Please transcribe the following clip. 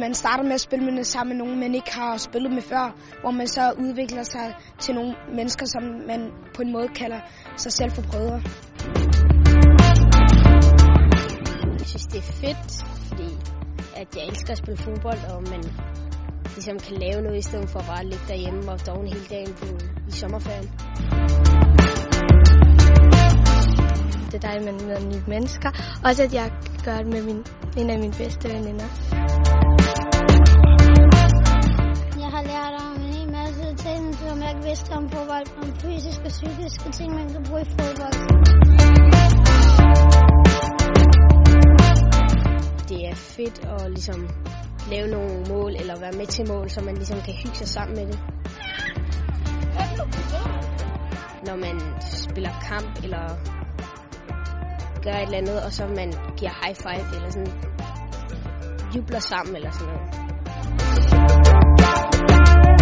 man starter med at spille med sammen med nogen, man ikke har spillet med før, hvor man så udvikler sig til nogle mennesker, som man på en måde kalder sig selv for brødre. Jeg synes, det er fedt, fordi at jeg elsker at spille fodbold, og man ligesom kan lave noget i stedet for bare at ligge derhjemme og dogne hele dagen i sommerferien. Det er dejligt, at man møder nye mennesker. Også at jeg gør det med en af mine bedste veninder. Jeg har lært om en hel masse ting, som jeg ikke vidste om fodbold. Om fysiske og psykiske ting, man kan bruge i fodbold. Det er fedt at ligesom lave nogle mål eller være med til mål, så man ligesom kan hygge sig sammen med det. Når man spiller kamp eller gør et eller andet, og så man giver high five eller sådan jubler sammen eller sådan noget.